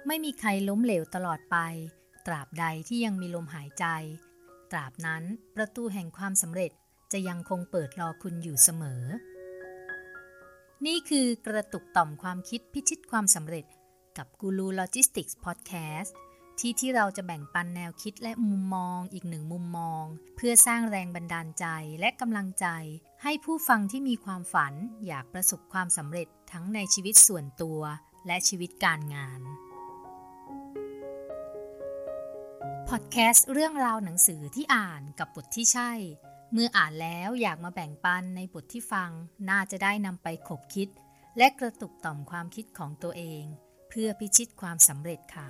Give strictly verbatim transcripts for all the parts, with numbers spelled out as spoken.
ไม่มีใครล้มเหลวตลอดไปตราบใดที่ยังมีลมหายใจตราบนั้นประตูแห่งความสำเร็จจะยังคงเปิดรอคุณอยู่เสมอนี่คือกระตุกต่อมความคิดพิชิตความสำเร็จกับกูรูโลจิสติกส์พอดแคสต์ที่ที่เราจะแบ่งปันแนวคิดและมุมมองอีกหนึ่งมุมมองเพื่อสร้างแรงบันดาลใจและกำลังใจให้ผู้ฟังที่มีความฝันอยากประสบความสำเร็จทั้งในชีวิตส่วนตัวและชีวิตการงานพอดแคสต์เรื่องราวหนังสือที่อ่านกับบทที่ใช่เมื่ออ่านแล้วอยากมาแบ่งปันในบทที่ฟังน่าจะได้นำไปขบคิดและกระตุกต่อมความคิดของตัวเองเพื่อพิชิตความสำเร็จค่ะ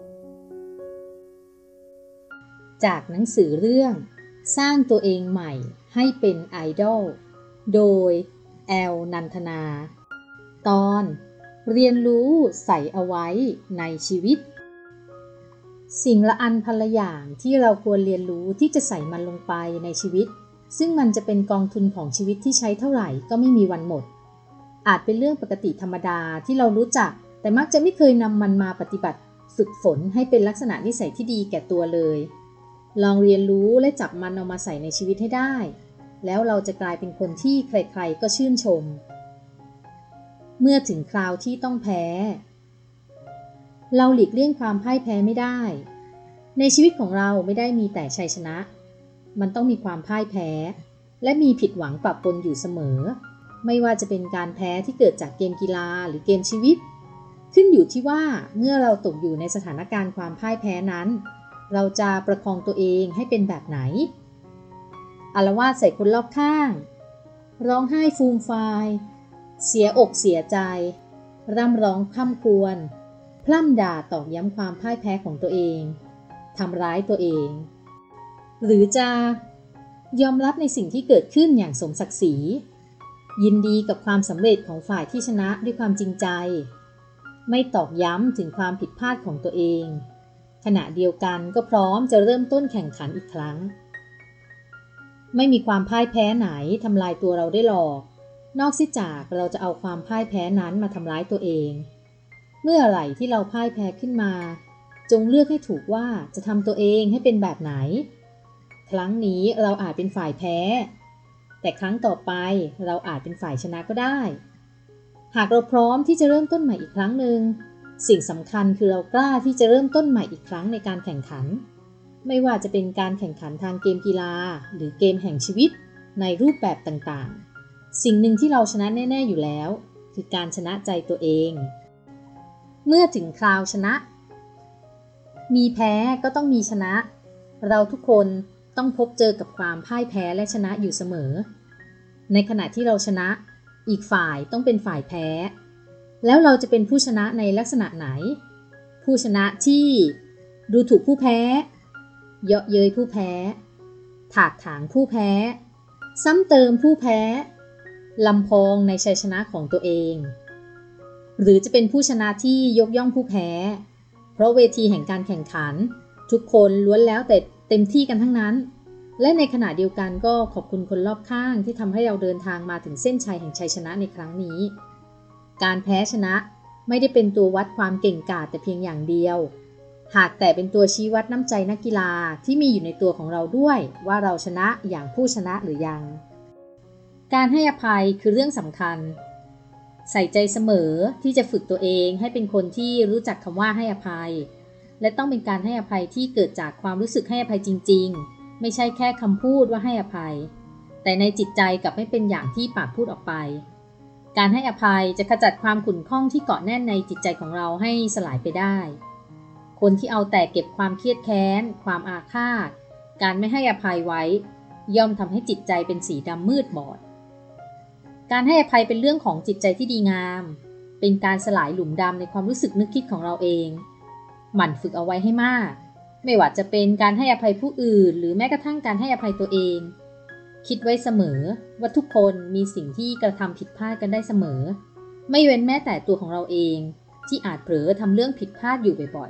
จากหนังสือเรื่องสร้างตัวเองใหม่ให้เป็นไอดอลโดยแอลนันทนาตอนเรียนรู้ใส่เอาไว้ในชีวิตสิ่งละอันพันละอย่างที่เราควรเรียนรู้ที่จะใส่มันลงไปในชีวิตซึ่งมันจะเป็นกองทุนของชีวิตที่ใช้เท่าไหร่ก็ไม่มีวันหมดอาจเป็นเรื่องปกติธรรมดาที่เรารู้จักแต่มักจะไม่เคยนำมันมาปฏิบัติฝึกฝนให้เป็นลักษณะนิสัยที่ดีแก่ตัวเลยลองเรียนรู้และจับมันเอามาใส่ในชีวิตให้ได้แล้วเราจะกลายเป็นคนที่ใครๆก็ชื่นชมเมื่อถึงคราวที่ต้องแพ้เราหลีกเลี่ยงความพ่ายแพ้ไม่ได้ในชีวิตของเราไม่ได้มีแต่ชัยชนะมันต้องมีความพ่ายแพ้และมีผิดหวังปะปนอยู่เสมอไม่ว่าจะเป็นการแพ้ที่เกิดจากเกมกีฬาหรือเกมชีวิตขึ้นอยู่ที่ว่าเมื่อเราตกอยู่ในสถานการณ์ความพ่ายแพ้นั้นเราจะประคองตัวเองให้เป็นแบบไหนอาละวาดใส่คนรอบข้างร้องไห้ฟูมฟายเสียอกเสียใจร่ำร้องคร่ำครวญพร่ำด่าตอกย้ำความพ่ายแพ้ของตัวเองทำร้ายตัวเองหรือจะยอมรับในสิ่งที่เกิดขึ้นอย่างสมศักดิ์ศรียินดีกับความสำเร็จของฝ่ายที่ชนะด้วยความจริงใจไม่ตอกย้ำถึงความผิดพลาดของตัวเองขณะเดียวกันก็พร้อมจะเริ่มต้นแข่งขันอีกครั้งไม่มีความพ่ายแพ้ไหนทำลายตัวเราได้หรอกนอกจากเราจะเอาความพ่ายแพ้นั้นมาทำร้ายตัวเองเมื่อไหร่ที่เราพ่ายแพ้ขึ้นมาจงเลือกให้ถูกว่าจะทำตัวเองให้เป็นแบบไหนครั้งนี้เราอาจเป็นฝ่ายแพ้แต่ครั้งต่อไปเราอาจเป็นฝ่ายชนะก็ได้หากเราพร้อมที่จะเริ่มต้นใหม่อีกครั้งหนึ่งสิ่งสำคัญคือเรากล้าที่จะเริ่มต้นใหม่อีกครั้งในการแข่งขันไม่ว่าจะเป็นการแข่งขันทางเกมกีฬาหรือเกมแห่งชีวิตในรูปแบบต่างๆสิ่งหนึ่งที่เราชนะแน่ๆอยู่แล้วคือการชนะใจตัวเองเมื่อถึงคราวชนะมีแพ้ก็ต้องมีชนะเราทุกคนต้องพบเจอกับความพ่ายแพ้และชนะอยู่เสมอในขณะที่เราชนะอีกฝ่ายต้องเป็นฝ่ายแพ้แล้วเราจะเป็นผู้ชนะในลักษณะไหนผู้ชนะที่ดูถูกผู้แพ้เยาะเย้ยผู้แพ้ถากถางผู้แพ้ซ้ำเติมผู้แพ้ลำพองในชัยชนะของตัวเองหรือจะเป็นผู้ชนะที่ยกย่องผู้แพ้เพราะเวทีแห่งการแข่งขันทุกคนล้วนแล้วแต่เต็มที่กันทั้งนั้นและในขณะเดียวกันก็ขอบคุณคนรอบข้างที่ทำให้เราเดินทางมาถึงเส้นชัยแห่งชัยชนะในครั้งนี้การแพ้ชนะไม่ได้เป็นตัววัดความเก่งกาจแต่เพียงอย่างเดียวหากแต่เป็นตัวชี้วัดน้ำใจนักกีฬาที่มีอยู่ในตัวของเราด้วยว่าเราชนะอย่างผู้ชนะหรือยังการให้อภัยคือเรื่องสำคัญใส่ใจเสมอที่จะฝึกตัวเองให้เป็นคนที่รู้จักคำว่าให้อภัยและต้องเป็นการให้อภัยที่เกิดจากความรู้สึกให้อภัยจริงๆไม่ใช่แค่คำพูดว่าให้อภัยแต่ในจิตใจกลับไม่เป็นอย่างที่ปากพูดออกไปการให้อภัยจะขจัดความขุ่นข้องที่เกาะแน่นในจิตใจของเราให้สลายไปได้คนที่เอาแต่เก็บความเครียดแค้นความอาฆาตการไม่ให้อภัยไว้ย่อมทำให้จิตใจเป็นสีดำมืดบอดการให้อภัยเป็นเรื่องของจิตใจที่ดีงามเป็นการสลายหลุมดำในความรู้สึกนึกคิดของเราเองหมั่นฝึกเอาไว้ให้มากไม่ว่าจะเป็นการให้อภัยผู้อื่นหรือแม้กระทั่งการให้อภัยตัวเองคิดไว้เสมอว่าทุกคนมีสิ่งที่กระทำผิดพลาดกันได้เสมอไม่เว้นแม้แต่ตัวของเราเองที่อาจเผลอทำเรื่องผิดพลาดอยู่บ่อย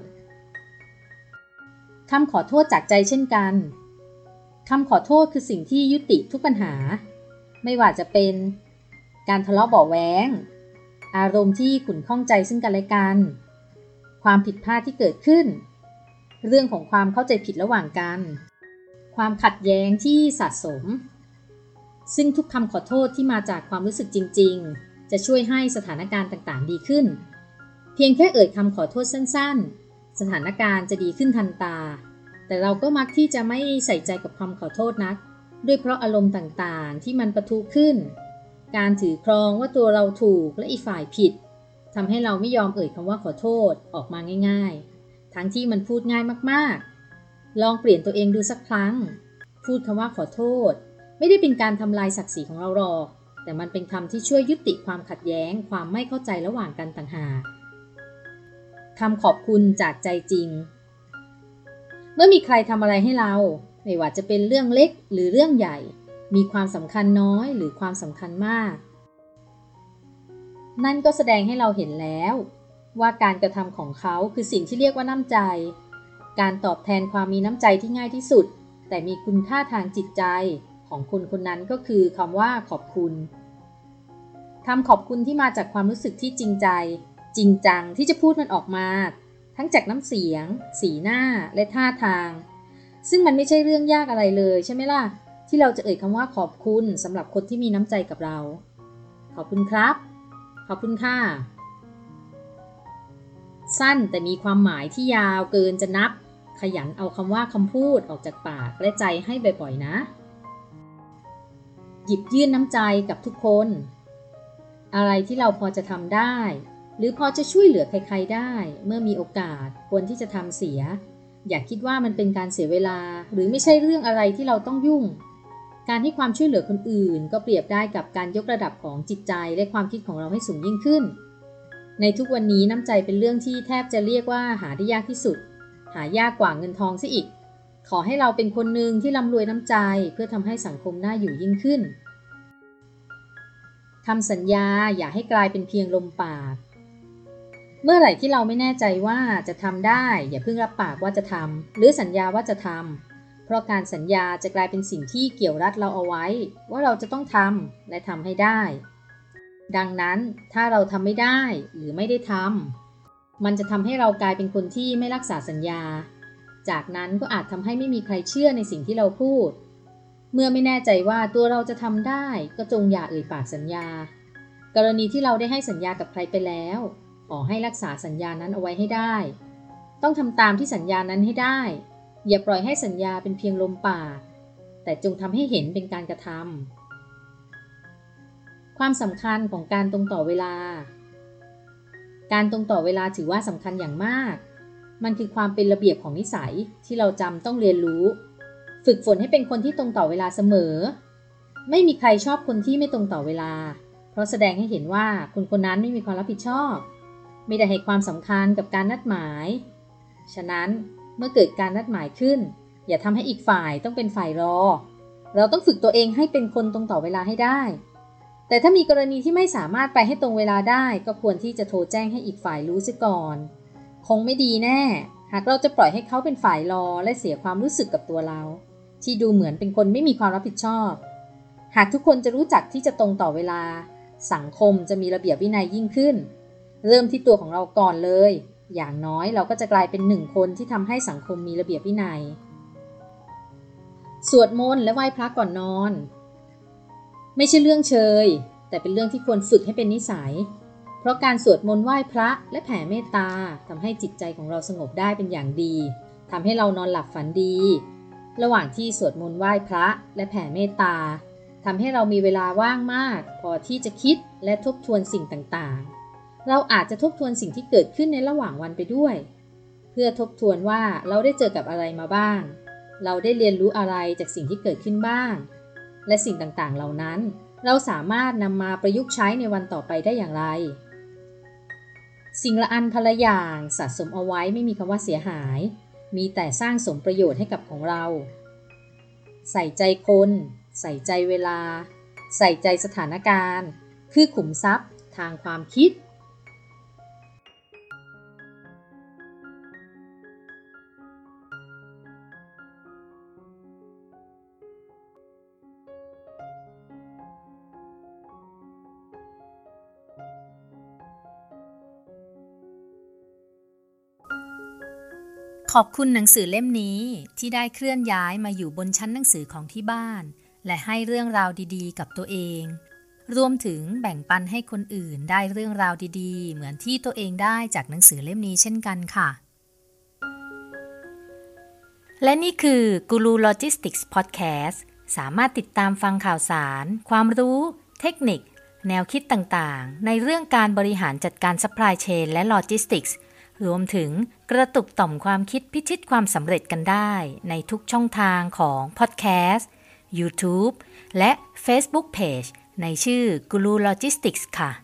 ๆคำขอโทษจากใจเช่นกันคำขอโทษคือสิ่งที่ยุติทุกปัญหาไม่ว่าจะเป็นการทะเลาะเบาะแว้งอารมณ์ที่ขุ่นข้องใจซึ่งกันและกันความผิดพลาดที่เกิดขึ้นเรื่องของความเข้าใจผิดระหว่างกันความขัดแย้งที่สะสมซึ่งทุกคำขอโทษที่มาจากความรู้สึกจริงๆจะช่วยให้สถานการณ์ต่างๆดีขึ้นเพียงแค่เอ่ยคำขอโทษสั้นๆสถานการณ์จะดีขึ้นทันตาแต่เราก็มักที่จะไม่ใส่ใจกับคำขอโทษนักด้วยเพราะอารมณ์ต่างๆที่มันปะทุขึ้นการถือครองว่าตัวเราถูกและอีกฝ่ายผิดทำให้เราไม่ยอมเอ่ยคำว่าขอโทษออกมาง่ายๆทั้งที่มันพูดง่ายมากๆลองเปลี่ยนตัวเองดูสักครั้งพูดคำว่าขอโทษไม่ได้เป็นการทำลายศักดิ์ศรีของเราหรอกแต่มันเป็นคำที่ช่วยยุติความขัดแย้งความไม่เข้าใจระหว่างกันต่างหากคำขอบคุณจากใจจริงเมื่อมีใครทำอะไรให้เราไม่ว่าจะเป็นเรื่องเล็กหรือเรื่องใหญ่มีความสำคัญน้อยหรือความสำคัญมากนั่นก็แสดงให้เราเห็นแล้วว่าการกระทำของเขาคือสิ่งที่เรียกว่าน้ำใจการตอบแทนความมีน้ำใจที่ง่ายที่สุดแต่มีคุณค่าทางจิตใจของคนคนนั้นก็คือคำว่าขอบคุณคำขอบคุณที่มาจากความรู้สึกที่จริงใจจริงจังที่จะพูดมันออกมาทั้งจากน้ำเสียงสีหน้าและท่าทางซึ่งมันไม่ใช่เรื่องยากอะไรเลยใช่ไหมล่ะที่เราจะเอ่ยคำว่าขอบคุณสำหรับคนที่มีน้ำใจกับเราขอบคุณครับขอบคุณค่ะสั้นแต่มีความหมายที่ยาวเกินจะนับขยันเอาคำว่าคำพูดออกจากปากและใจให้บ่อยๆนะหยิบยื่นน้ำใจกับทุกคนอะไรที่เราพอจะทำได้หรือพอจะช่วยเหลือใครๆได้เมื่อมีโอกาสควรที่จะทำเสียอย่าคิดว่ามันเป็นการเสียเวลาหรือไม่ใช่เรื่องอะไรที่เราต้องยุ่งการให้ความช่วยเหลือคนอื่นก็เปรียบได้กับการยกระดับของจิตใจและความคิดของเราให้สูงยิ่งขึ้นในทุกวันนี้น้ำใจเป็นเรื่องที่แทบจะเรียกว่าหาได้ยากที่สุดหายากกว่าเงินทองซะอีกขอให้เราเป็นคนหนึ่งที่ร่ำรวยน้ำใจเพื่อทำให้สังคมน่าอยู่ยิ่งขึ้นคำสัญญาอย่าให้กลายเป็นเพียงลมปากเมื่อไหร่ที่เราไม่แน่ใจว่าจะทำได้อย่าเพิ่งรับปากว่าจะทำหรือสัญญาว่าจะทำเพราะการสัญญาจะกลายเป็นสิ่งที่เกี่ยวรัดเราเอาไว้ว่าเราจะต้องทำและทำให้ได้ดังนั้นถ้าเราทำไม่ได้หรือไม่ได้ทำมันจะทำให้เรากลายเป็นคนที่ไม่รักษาสัญญาจากนั้นก็อาจทำให้ไม่มีใครเชื่อในสิ่งที่เราพูดเมื่อไม่แน่ใจว่าตัวเราจะทำได้ก็จงอย่าเอ่ยปากสัญญากรณีที่เราได้ให้สัญญากับใครไปแล้วขอให้รักษาสัญญานั้นเอาไว้ให้ได้ต้องทำตามที่สัญญานั้นให้ได้อย่าปล่อยให้สัญญาเป็นเพียงลมปากแต่จงทำให้เห็นเป็นการกระทำความสำคัญของการตรงต่อเวลาการตรงต่อเวลาถือว่าสำคัญอย่างมากมันคือความเป็นระเบียบของนิสัยที่เราจำต้องเรียนรู้ฝึกฝนให้เป็นคนที่ตรงต่อเวลาเสมอไม่มีใครชอบคนที่ไม่ตรงต่อเวลาเพราะแสดงให้เห็นว่าคนคนนั้นไม่มีความรับผิดชอบไม่ได้ให้ความสำคัญกับการนัดหมายฉะนั้นเมื่อเกิดการนัดหมายขึ้นอย่าทำให้อีกฝ่ายต้องเป็นฝ่ายรอเราต้องฝึกตัวเองให้เป็นคนตรงต่อเวลาให้ได้แต่ถ้ามีกรณีที่ไม่สามารถไปให้ตรงเวลาได้ก็ควรที่จะโทรแจ้งให้อีกฝ่ายรู้เสียก่อนคงไม่ดีแน่หากเราจะปล่อยให้เขาเป็นฝ่ายรอและเสียความรู้สึกกับตัวเราที่ดูเหมือนเป็นคนไม่มีความรับผิดชอบหากทุกคนจะรู้จักที่จะตรงต่อเวลาสังคมจะมีระเบียบวินัยยิ่งขึ้นเริ่มที่ตัวของเราก่อนเลยอย่างน้อยเราก็จะกลายเป็นหนึ่งคนที่ทำให้สังคมมีระเบียบวินัยสวดมนต์และไหว้พระก่อนนอนไม่ใช่เรื่องเชยแต่เป็นเรื่องที่ควรฝึกให้เป็นนิสัยเพราะการสวดมนต์ไหว้พระและแผ่เมตตาทำให้จิตใจของเราสงบได้เป็นอย่างดีทำให้เรานอนหลับฝันดีระหว่างที่สวดมนต์ไหว้พระและแผ่เมตตาทำให้เรามีเวลาว่างมากพอที่จะคิดและทบทวนสิ่งต่างๆเราอาจจะทบทวนสิ่งที่เกิดขึ้นในระหว่างวันไปด้วยเพื่อทบทวนว่าเราได้เจอกับอะไรมาบ้างเราได้เรียนรู้อะไรจากสิ่งที่เกิดขึ้นบ้างและสิ่งต่างๆเหล่านั้นเราสามารถนำมาประยุกต์ใช้ในวันต่อไปได้อย่างไรสิ่งละอันพละอย่างสะสมเอาไว้ไม่มีคำว่าเสียหายมีแต่สร้างสมประโยชน์ให้กับของเราใส่ใจคนใส่ใจเวลาใส่ใจสถานการณ์คือขุมทรัพย์ทางความคิดขอบคุณหนังสือเล่มนี้ที่ได้เคลื่อนย้ายมาอยู่บนชั้นหนังสือของที่บ้านและให้เรื่องราวดีๆกับตัวเองรวมถึงแบ่งปันให้คนอื่นได้เรื่องราวดีๆเหมือนที่ตัวเองได้จากหนังสือเล่มนี้เช่นกันค่ะและนี่คือ Guru Logistics Podcast สามารถติดตามฟังข่าวสารความรู้เทคนิคแนวคิดต่างๆในเรื่องการบริหารจัดการ Supply Chain และ Logistics รวมถึงกระตุกต่อมความคิดพิชิตความสำเร็จกันได้ในทุกช่องทางของ Podcast YouTube และ Facebook Page ในชื่อ Guru Logistics ค่ะ